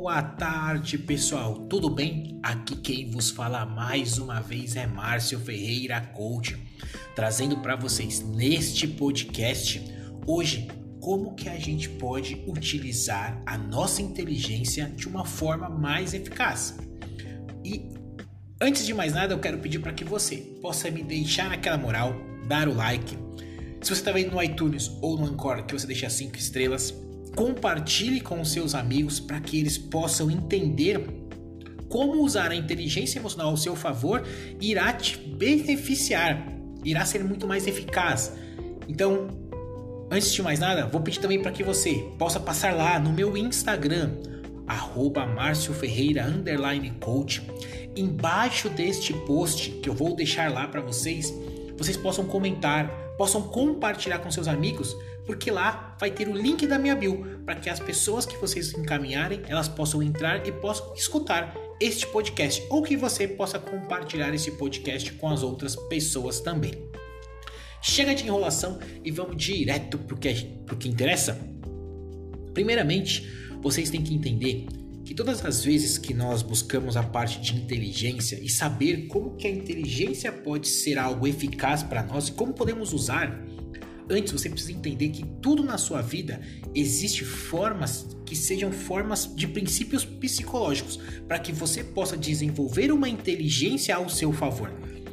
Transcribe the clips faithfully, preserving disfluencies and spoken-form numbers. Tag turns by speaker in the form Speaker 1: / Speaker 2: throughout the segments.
Speaker 1: Boa tarde, pessoal, tudo bem? Aqui quem vos fala mais uma vez é Márcio Ferreira, coach, trazendo para vocês neste podcast hoje como que a gente pode utilizar a nossa inteligência de uma forma mais eficaz. E antes de mais nada, eu quero pedir para que você possa me deixar aquela moral, dar o like. Se você está vendo no iTunes ou no Anchor, que você deixe as cinco estrelas. Compartilhe com os seus amigos para que eles possam entender como usar a inteligência emocional ao seu favor irá te beneficiar, irá ser muito mais eficaz. Então, antes de mais nada, vou pedir também para que você possa passar lá no meu Instagram, arroba Márcio Ferreira underline coach. Embaixo deste post que eu vou deixar lá para vocês, vocês possam comentar, possam compartilhar com seus amigos, porque lá vai ter o link da minha bio, para que as pessoas que vocês encaminharem, elas possam entrar e possam escutar este podcast, ou que você possa compartilhar esse podcast com as outras pessoas também. Chega de enrolação e vamos direto para o que, pro que interessa. Primeiramente, vocês têm que entender que todas as vezes que nós buscamos a parte de inteligência e saber como que a inteligência pode ser algo eficaz para nós e como podemos usar, antes você precisa entender que tudo na sua vida existe formas que sejam formas de princípios psicológicos para que você possa desenvolver uma inteligência ao seu favor.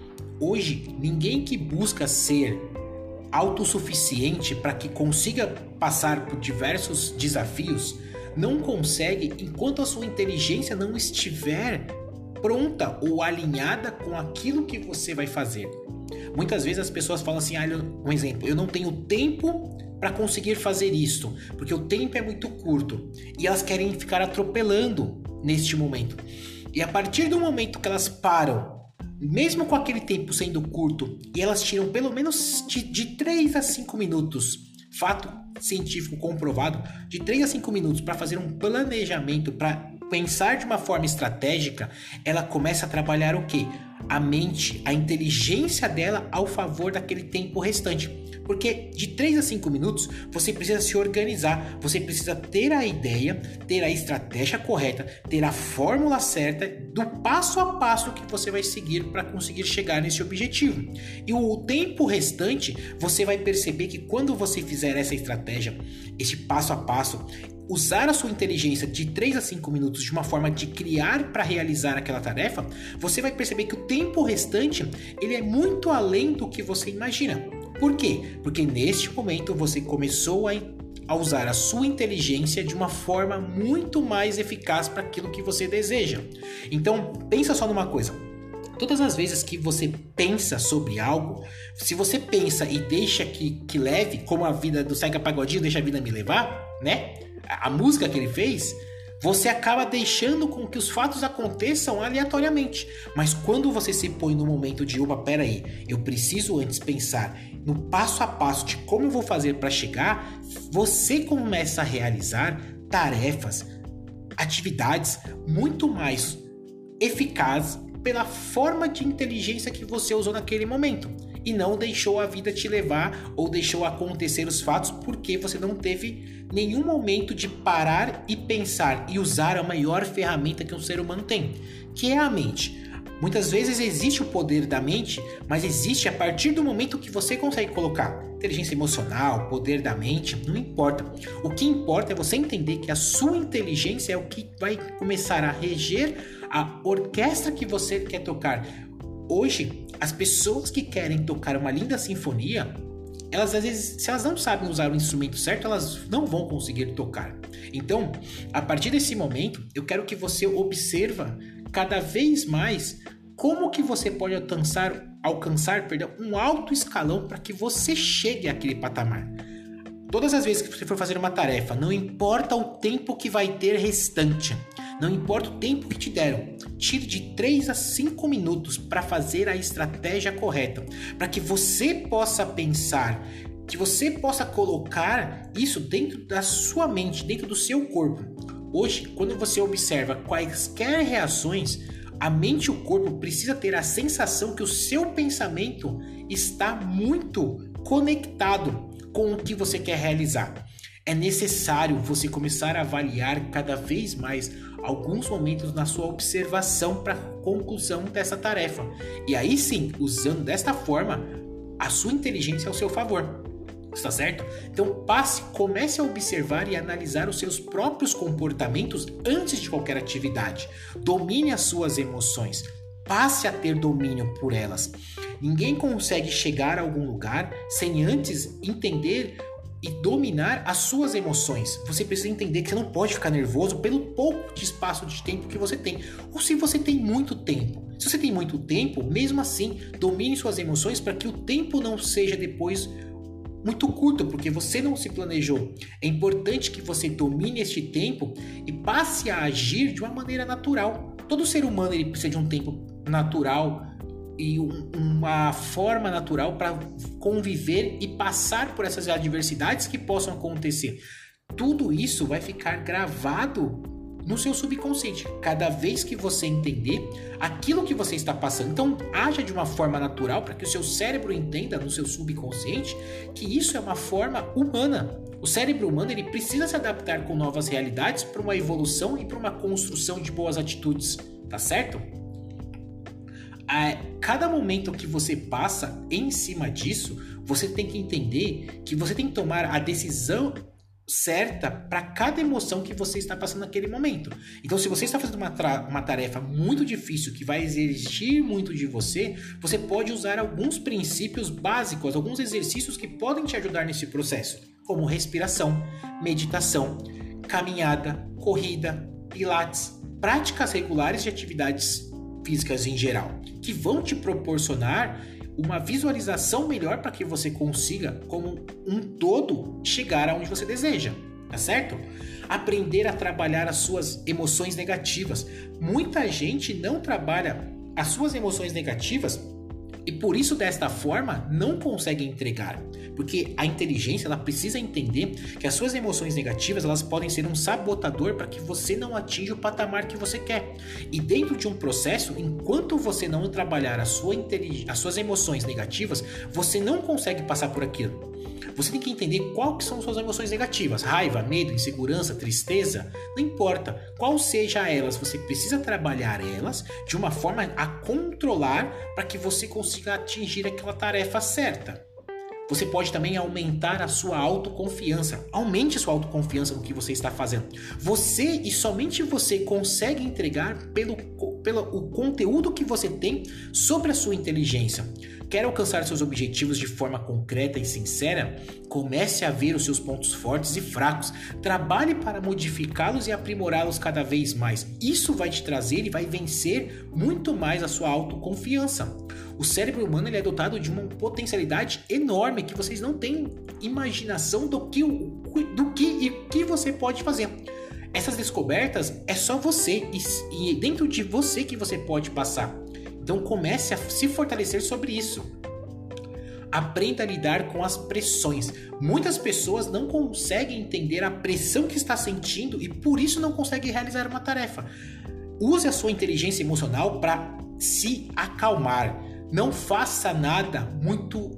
Speaker 1: Hoje, ninguém que busca ser autossuficiente para que consiga passar por diversos desafios não consegue enquanto a sua inteligência não estiver pronta ou alinhada com aquilo que você vai fazer. Muitas vezes as pessoas falam assim, ah, um exemplo, eu não tenho tempo para conseguir fazer isso, porque o tempo é muito curto, e elas querem ficar atropelando neste momento. E a partir do momento que elas param, mesmo com aquele tempo sendo curto, e elas tiram pelo menos de, de três a cinco minutos, fato científico comprovado, de três a cinco minutos para fazer um planejamento, para pensar de uma forma estratégica, ela começa a trabalhar o quê? A mente, a inteligência dela ao favor daquele tempo restante. Porque de três a cinco minutos você precisa se organizar, você precisa ter a ideia, ter a estratégia correta, ter a fórmula certa do passo a passo que você vai seguir para conseguir chegar nesse objetivo. E o tempo restante, você vai perceber que quando você fizer essa estratégia, esse passo a passo, usar a sua inteligência de três a cinco minutos de uma forma de criar para realizar aquela tarefa, você vai perceber que o tempo restante ele é muito além do que você imagina. Por quê? Porque neste momento você começou a, a usar a sua inteligência de uma forma muito mais eficaz para aquilo que você deseja. Então, pensa só numa coisa. Todas as vezes que você pensa sobre algo, se você pensa e deixa que, que leve, como a vida do Zeca Pagodinho, deixa a vida me levar, né? A, a música que ele fez, você acaba deixando com que os fatos aconteçam aleatoriamente. Mas quando você se põe no momento de, opa, peraí, eu preciso antes pensar no passo a passo de como eu vou fazer para chegar, você começa a realizar tarefas, atividades muito mais eficazes pela forma de inteligência que você usou naquele momento. E não deixou a vida te levar ou deixou acontecer os fatos porque você não teve nenhum momento de parar e pensar e usar a maior ferramenta que um ser humano tem, que é a mente. Muitas vezes existe o poder da mente, mas existe a partir do momento que você consegue colocar inteligência emocional, poder da mente, não importa. O que importa é você entender que a sua inteligência é o que vai começar a reger a orquestra que você quer tocar. Hoje, as pessoas que querem tocar uma linda sinfonia, elas às vezes, se elas não sabem usar o instrumento certo, elas não vão conseguir tocar. Então, a partir desse momento, eu quero que você observa cada vez mais como que você pode alcançar, alcançar perdão, um alto escalão para que você chegue àquele patamar. Todas as vezes que você for fazer uma tarefa, não importa o tempo que vai ter restante, não importa o tempo que te deram, tire de três a cinco minutos para fazer a estratégia correta, para que você possa pensar, que você possa colocar isso dentro da sua mente, dentro do seu corpo. Hoje, quando você observa quaisquer reações, a mente e o corpo precisam ter a sensação que o seu pensamento está muito conectado com o que você quer realizar. É necessário você começar a avaliar cada vez mais alguns momentos na sua observação para conclusão dessa tarefa. E aí sim, usando desta forma, a sua inteligência ao seu favor. Está certo? Então passe, comece a observar e analisar os seus próprios comportamentos antes de qualquer atividade. Domine as suas emoções. Passe a ter domínio por elas. Ninguém consegue chegar a algum lugar sem antes entender e dominar as suas emoções. Você precisa entender que você não pode ficar nervoso pelo pouco de espaço de tempo que você tem. Ou se você tem muito tempo. Se você tem muito tempo, mesmo assim, domine suas emoções para que o tempo não seja depois muito curto, porque você não se planejou. É importante que você domine este tempo e passe a agir de uma maneira natural. Todo ser humano ele precisa de um tempo natural e um, uma forma natural para conviver e passar por essas adversidades que possam acontecer. Tudo isso vai ficar gravado no seu subconsciente, cada vez que você entender aquilo que você está passando. Então, haja de uma forma natural para que o seu cérebro entenda no seu subconsciente que isso é uma forma humana. O cérebro humano ele precisa se adaptar com novas realidades para uma evolução e para uma construção de boas atitudes, tá certo? A cada momento que você passa em cima disso, você tem que entender que você tem que tomar a decisão certa para cada emoção que você está passando naquele momento. Então, se você está fazendo uma, uma tarefa muito difícil que vai exigir muito de você, você pode usar alguns princípios básicos, alguns exercícios que podem te ajudar nesse processo, como respiração, meditação, caminhada, corrida, pilates, práticas regulares de atividades físicas em geral, que vão te proporcionar uma visualização melhor para que você consiga, como um todo, chegar aonde você deseja, tá certo? Aprender a trabalhar as suas emoções negativas. Muita gente não trabalha as suas emoções negativas e por isso, desta forma, não consegue entregar. Porque a inteligência ela precisa entender que as suas emoções negativas elas podem ser um sabotador para que você não atinja o patamar que você quer. E dentro de um processo, enquanto você não trabalhar a sua intelig... as suas emoções negativas, você não consegue passar por aquilo. Você tem que entender qual que são suas emoções negativas. Raiva, medo, insegurança, tristeza, não importa. Qual seja elas, você precisa trabalhar elas de uma forma a controlar para que você consiga atingir aquela tarefa certa. Você pode também aumentar a sua autoconfiança. Aumente a sua autoconfiança no que você está fazendo. Você e somente você consegue entregar pelo, pelo o conteúdo que você tem sobre a sua inteligência. Quer alcançar seus objetivos de forma concreta e sincera? Comece a ver os seus pontos fortes e fracos. Trabalhe para modificá-los e aprimorá-los cada vez mais. Isso vai te trazer e vai vencer muito mais a sua autoconfiança. O cérebro humano ele é dotado de uma potencialidade enorme que vocês não têm imaginação do que, do que e o que você pode fazer. Essas descobertas é só você e, e dentro de você que você pode passar. Então comece a se fortalecer sobre isso. Aprenda a lidar com as pressões. Muitas pessoas não conseguem entender a pressão que está sentindo e por isso não conseguem realizar uma tarefa. Use a sua inteligência emocional para se acalmar. Não faça nada muito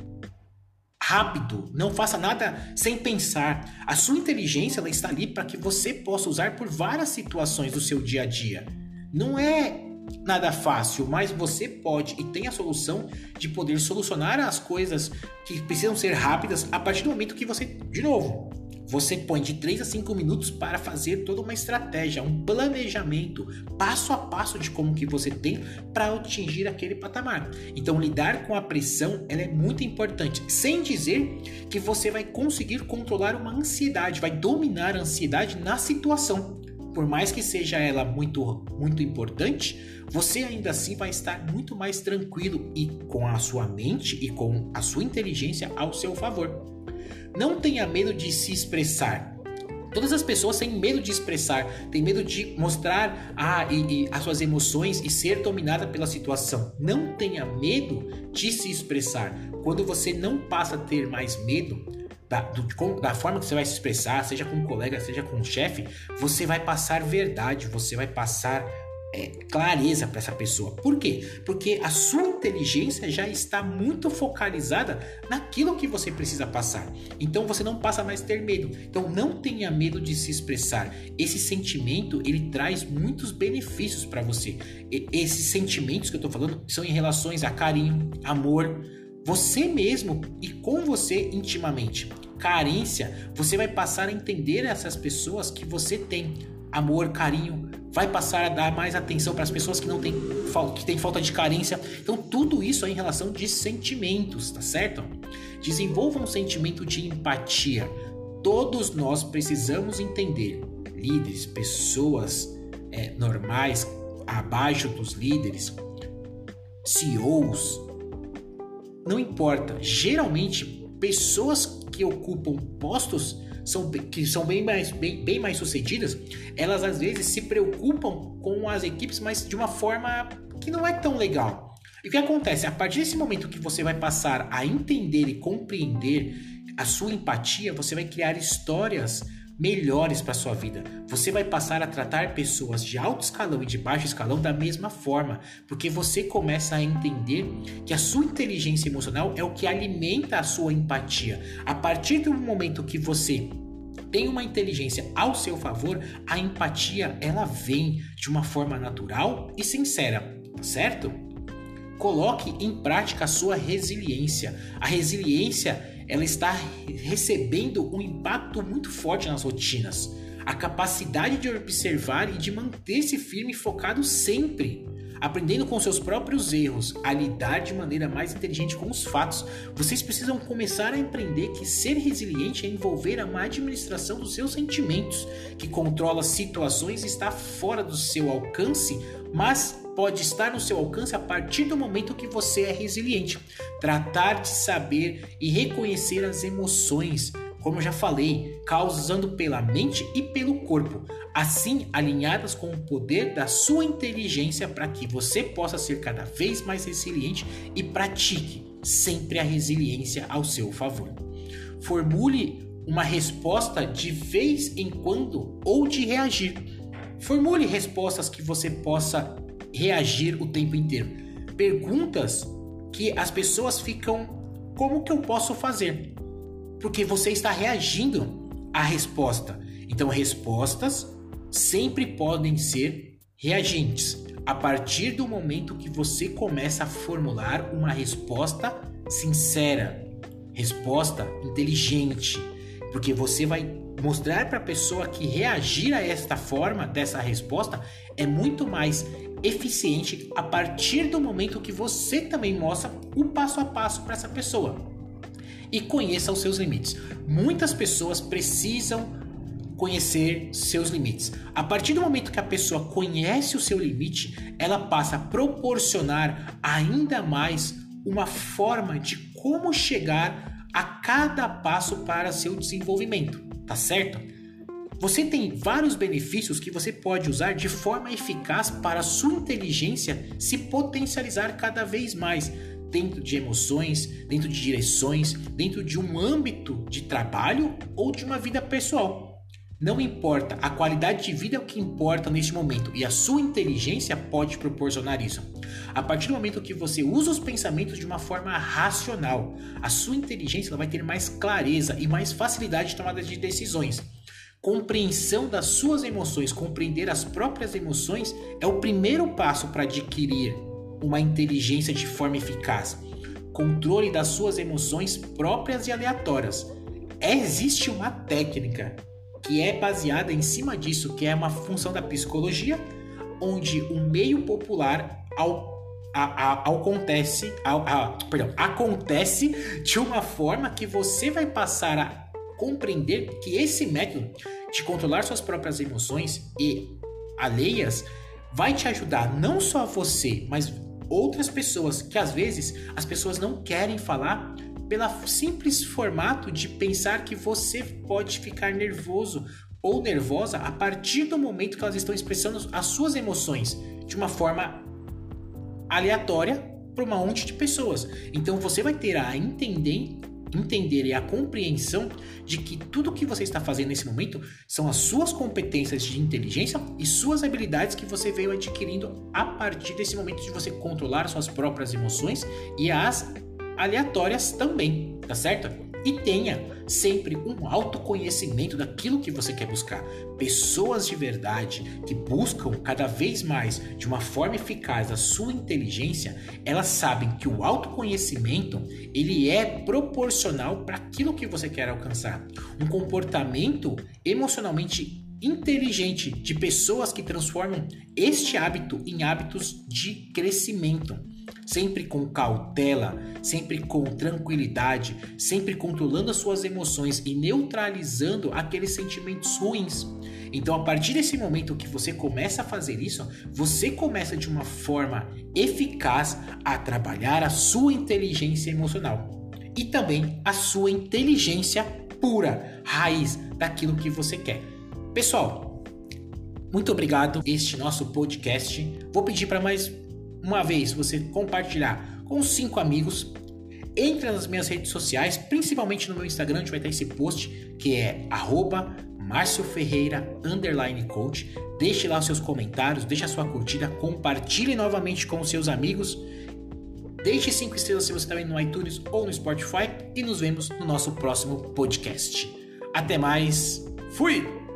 Speaker 1: rápido, não faça nada sem pensar. A sua inteligência ela está ali para que você possa usar por várias situações do seu dia a dia. Não é nada fácil, mas você pode e tem a solução de poder solucionar as coisas que precisam ser rápidas a partir do momento que você, de novo, você põe de três a cinco minutos para fazer toda uma estratégia, um planejamento, passo a passo de como que você tem para atingir aquele patamar. Então, lidar com a pressão ela é muito importante, sem dizer que você vai conseguir controlar uma ansiedade, vai dominar a ansiedade na situação. Por mais que seja ela muito, muito importante, você ainda assim vai estar muito mais tranquilo e com a sua mente e com a sua inteligência ao seu favor. Não tenha medo de se expressar. Todas as pessoas têm medo de expressar, têm medo de mostrar ah, e, e as suas emoções e ser dominada pela situação. Não tenha medo de se expressar. Quando você não passa a ter mais medo da, do, da forma que você vai se expressar, seja com um colega, seja com um chefe, você vai passar verdade, você vai passar é, clareza para essa pessoa. Por quê? Porque a sua inteligência já está muito focalizada naquilo que você precisa passar. Então você não passa mais a ter medo. Então não tenha medo de se expressar. Esse sentimento, ele traz muitos benefícios para você. E esses sentimentos que eu estou falando são em relações a carinho, amor, você mesmo e com você intimamente. Carência, você vai passar a entender essas pessoas que você tem. Amor, carinho, vai passar a dar mais atenção para as pessoas que não têm, que têm falta de carência. Então tudo isso é em relação de sentimentos, tá certo? Desenvolva um sentimento de empatia. Todos nós precisamos entender, líderes, pessoas é, normais, abaixo dos líderes, C E Os, não importa. Geralmente, pessoas que ocupam postos são, que são bem mais, bem, bem mais sucedidas, elas às vezes se preocupam com as equipes, mas de uma forma que não é tão legal. E o que acontece? A partir desse momento que você vai passar a entender e compreender a sua empatia, você vai criar histórias melhores para sua vida. Você vai passar a tratar pessoas de alto escalão e de baixo escalão da mesma forma, porque você começa a entender que a sua inteligência emocional é o que alimenta a sua empatia. A partir do momento que você tem uma inteligência ao seu favor, a empatia ela vem de uma forma natural e sincera, certo? Coloque em prática a sua resiliência. A resiliência ela está recebendo um impacto muito forte nas rotinas. A capacidade de observar e de manter-se firme e focado sempre, aprendendo com seus próprios erros, a lidar de maneira mais inteligente com os fatos. Vocês precisam começar a aprender que ser resiliente é envolver uma administração dos seus sentimentos, que controla situações e está fora do seu alcance, mas pode estar no seu alcance a partir do momento que você é resiliente. Tratar de saber e reconhecer as emoções, como eu já falei, causando pela mente e pelo corpo, assim alinhadas com o poder da sua inteligência para que você possa ser cada vez mais resiliente e pratique sempre a resiliência ao seu favor. Formule uma resposta de vez em quando ou de reagir. Formule respostas que você possa reagir o tempo inteiro. Perguntas que as pessoas ficam: como que eu posso fazer? Porque você está reagindo à resposta. Então, respostas sempre podem ser reagentes. A partir do momento que você começa a formular uma resposta sincera, resposta inteligente, porque você vai mostrar para a pessoa que reagir a esta forma, dessa resposta, é muito mais eficiente a partir do momento que você também mostra o passo a passo para essa pessoa. E conheça os seus limites. Muitas pessoas precisam conhecer seus limites. A partir do momento que a pessoa conhece o seu limite, ela passa a proporcionar ainda mais uma forma de como chegar a cada passo para seu desenvolvimento, tá certo? Você tem vários benefícios que você pode usar de forma eficaz para a sua inteligência se potencializar cada vez mais, dentro de emoções, dentro de direções, dentro de um âmbito de trabalho ou de uma vida pessoal. Não importa, a qualidade de vida é o que importa neste momento e a sua inteligência pode proporcionar isso. A partir do momento que você usa os pensamentos de uma forma racional, a sua inteligência ela vai ter mais clareza e mais facilidade de tomada de decisões. Compreensão das suas emoções, compreender as próprias emoções é o primeiro passo para adquirir uma inteligência de forma eficaz. Controle das suas emoções próprias e aleatórias. Existe uma técnica que é baseada em cima disso, que é uma função da psicologia, onde o meio popular ao, a, a, acontece, a, a, perdão, acontece de uma forma que você vai passar a compreender que esse método de controlar suas próprias emoções e alheias vai te ajudar não só você, mas outras pessoas, que às vezes as pessoas não querem falar pelo simples formato de pensar que você pode ficar nervoso ou nervosa a partir do momento que elas estão expressando as suas emoções de uma forma aleatória para um monte de pessoas. Então você vai ter a entender entender e a compreensão de que tudo que você está fazendo nesse momento são as suas competências de inteligência e suas habilidades que você veio adquirindo a partir desse momento de você controlar suas próprias emoções e as aleatórias também, tá certo? E tenha sempre um autoconhecimento daquilo que você quer buscar. Pessoas de verdade que buscam cada vez mais de uma forma eficaz a sua inteligência, elas sabem que o autoconhecimento ele é proporcional para aquilo que você quer alcançar. Um comportamento emocionalmente inteligente de pessoas que transformam este hábito em hábitos de crescimento. Sempre com cautela, sempre com tranquilidade, sempre controlando as suas emoções e neutralizando aqueles sentimentos ruins. Então, a partir desse momento que você começa a fazer isso, você começa de uma forma eficaz a trabalhar a sua inteligência emocional e também a sua inteligência pura, raiz daquilo que você quer. Pessoal, muito obrigado por este nosso podcast. Vou pedir para mais uma vez você compartilhar com cinco amigos. Entra nas minhas redes sociais, principalmente no meu Instagram, onde vai ter esse post, que é arroba Márcio Ferreira underline coach. Deixe lá os seus comentários, deixe a sua curtida, compartilhe novamente com os seus amigos. Deixe cinco estrelas se você está vendo no iTunes ou no Spotify e nos vemos no nosso próximo podcast. Até mais, fui!